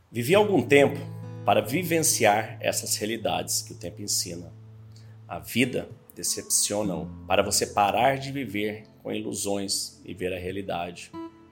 Vivi algum tempo para vivenciar essas realidades que o tempo ensina. A vida decepciona-o para você parar de viver com ilusões e ver a realidade.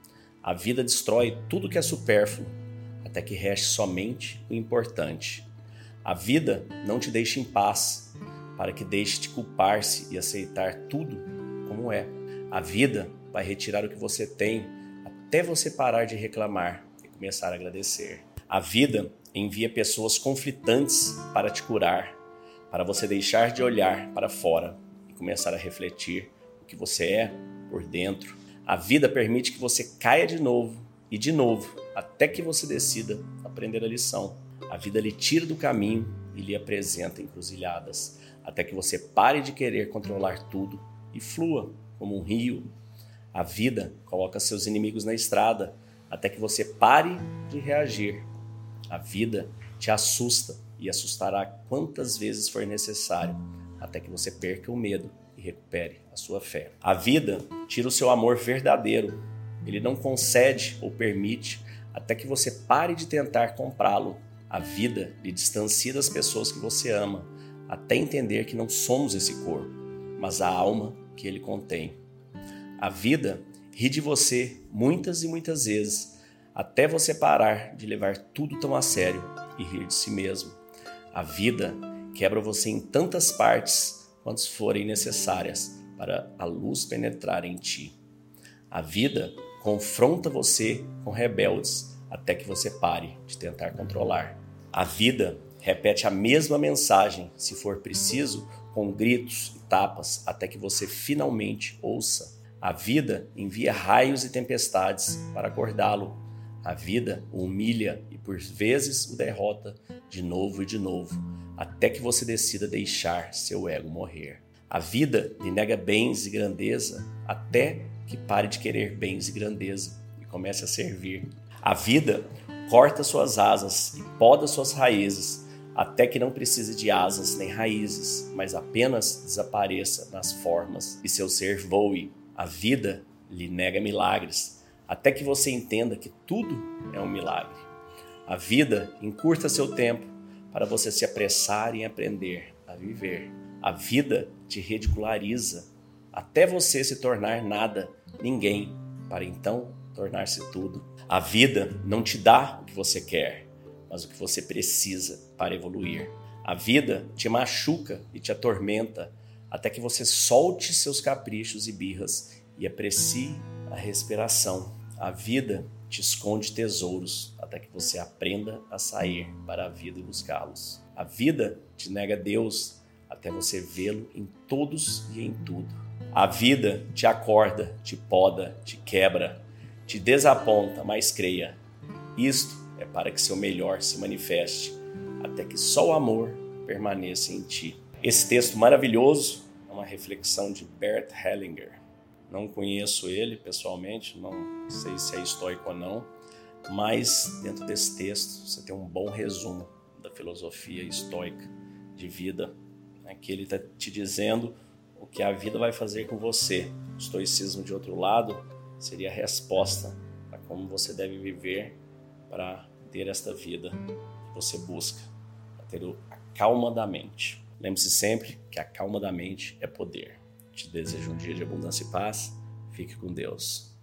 A vida destrói tudo que é supérfluo, até que reste somente o importante. A vida não te deixa em paz, para que deixe de culpar-se e aceitar tudo como é. A vida vai retirar o que você tem, até você parar de reclamar e começar a agradecer. A vida envia pessoas conflitantes para te curar, para você deixar de olhar para fora e começar a refletir o que você é por dentro. A vida permite que você caia de novo e de novo, até que você decida aprender a lição. A vida lhe tira do caminho e lhe apresenta encruzilhadas, até que você pare de querer controlar tudo e flua como um rio. A vida coloca seus inimigos na estrada, até que você pare de reagir. A vida te assusta e assustará quantas vezes for necessário, até que você perca o medo e recupere a sua fé. A vida tira o seu amor verdadeiro. Ele não concede ou permite até que você pare de tentar comprá-lo. A vida lhe distancia das pessoas que você ama, até entender que não somos esse corpo, mas a alma que ele contém. A vida ri de você muitas e muitas vezes, até você parar de levar tudo tão a sério e rir de si mesmo. A vida quebra você em tantas partes quantas forem necessárias para a luz penetrar em ti. A vida confronta você com rebeldes até que você pare de tentar controlar. A vida repete a mesma mensagem, se for preciso, com gritos e tapas, até que você finalmente ouça. A vida envia raios e tempestades para acordá-lo. A vida o humilha e por vezes o derrota de novo e de novo, até que você decida deixar seu ego morrer. A vida lhe nega bens e grandeza, até que pare de querer bens e grandeza e comece a servir. A vida corta suas asas e poda suas raízes, até que não precise de asas nem raízes, mas apenas desapareça nas formas e seu ser voe. A vida lhe nega milagres, até que você entenda que tudo é um milagre. A vida encurta seu tempo para você se apressar em aprender a viver. A vida te ridiculariza, até você se tornar nada, ninguém, para então tornar-se tudo. A vida não te dá o que você quer, mas o que você precisa para evoluir. A vida te machuca e te atormenta, até que você solte seus caprichos e birras e aprecie a respiração. A vida te esconde tesouros, até que você aprenda a sair para a vida e buscá-los. A vida te nega Deus, até você vê-lo em todos e em tudo. A vida te acorda, te poda, te quebra, te desaponta, mas creia. Isto é para que seu melhor se manifeste, até que só o amor permaneça em ti. Esse texto maravilhoso é uma reflexão de Bert Hellinger. Não conheço ele pessoalmente, não sei se é estoico ou não, mas dentro desse texto você tem um bom resumo da filosofia estoica de vida, né, que ele está te dizendo o que a vida vai fazer com você. O estoicismo, de outro lado, seria a resposta a como você deve viver para ter esta vida que você busca, para ter a calma da mente. Lembre-se sempre que a calma da mente é poder. Te desejo um dia de abundância e paz. Fique com Deus.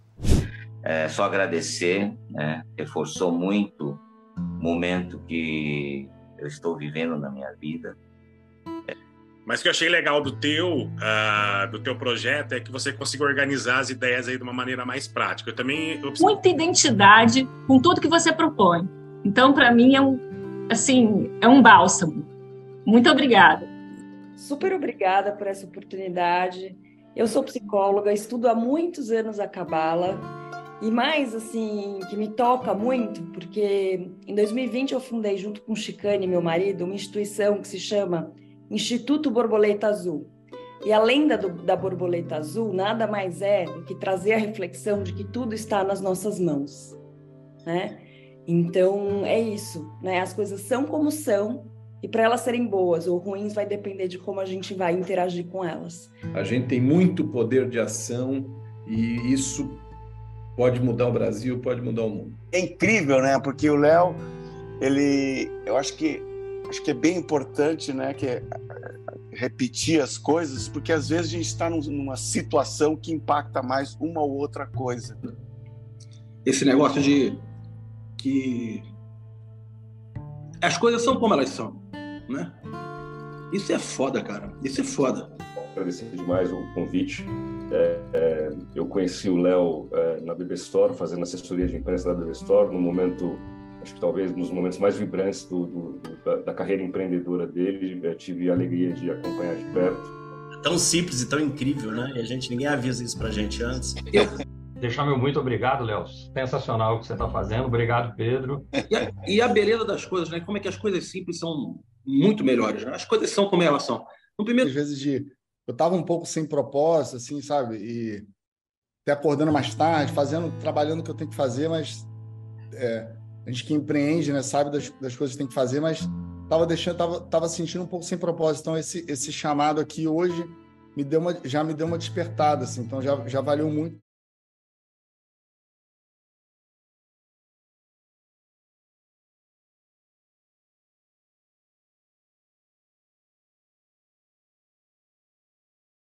Só agradecer, né? Reforçou muito o momento que eu estou vivendo na minha vida. Mas o que eu achei legal do teu projeto é que você conseguiu organizar as ideias aí de uma maneira mais prática. Eu também muita identidade com tudo que você propõe. Então, para mim, é um bálsamo. Muito obrigada. Super obrigada por essa oportunidade. Eu sou psicóloga, estudo há muitos anos a Cabala. E mais, assim, que me toca muito, porque em 2020 eu fundei, junto com o Chicane, meu marido, uma instituição que se chama Instituto Borboleta Azul. E a lenda da borboleta azul nada mais é do que trazer a reflexão de que tudo está nas nossas mãos, né? Então, é isso, né? As coisas são como são, e para elas serem boas ou ruins vai depender de como a gente vai interagir com elas. A gente tem muito poder de ação e isso pode mudar o Brasil, pode mudar o mundo. É incrível, né? Porque o Léo eu acho que é bem importante, né, repetir as coisas, porque às vezes a gente está numa situação que impacta mais uma ou outra coisa. Esse negócio de que as coisas são como elas são, né? Isso é foda, cara. Isso é foda. Agradecer demais o convite. Eu conheci o Léo na BB Store, fazendo assessoria de imprensa da BB Store, no momento, acho que talvez nos momentos mais vibrantes da carreira empreendedora dele. Eu tive a alegria de acompanhar de perto. Tão simples e tão incrível, né? E ninguém avisa isso pra gente antes. Deixar meu muito obrigado, Léo. Sensacional o que você está fazendo. Obrigado, Pedro. E a beleza das coisas, né? Como é que as coisas simples são muito melhores, né? As coisas são como elas são. No primeiro... Às vezes eu estava um pouco sem propósito, assim, sabe? E até acordando mais tarde, trabalhando o que eu tenho que fazer, mas a gente que empreende, né, sabe das coisas que tem que fazer, mas estava sentindo um pouco sem propósito. Então, esse chamado aqui hoje já me deu uma despertada, assim, então já valeu muito.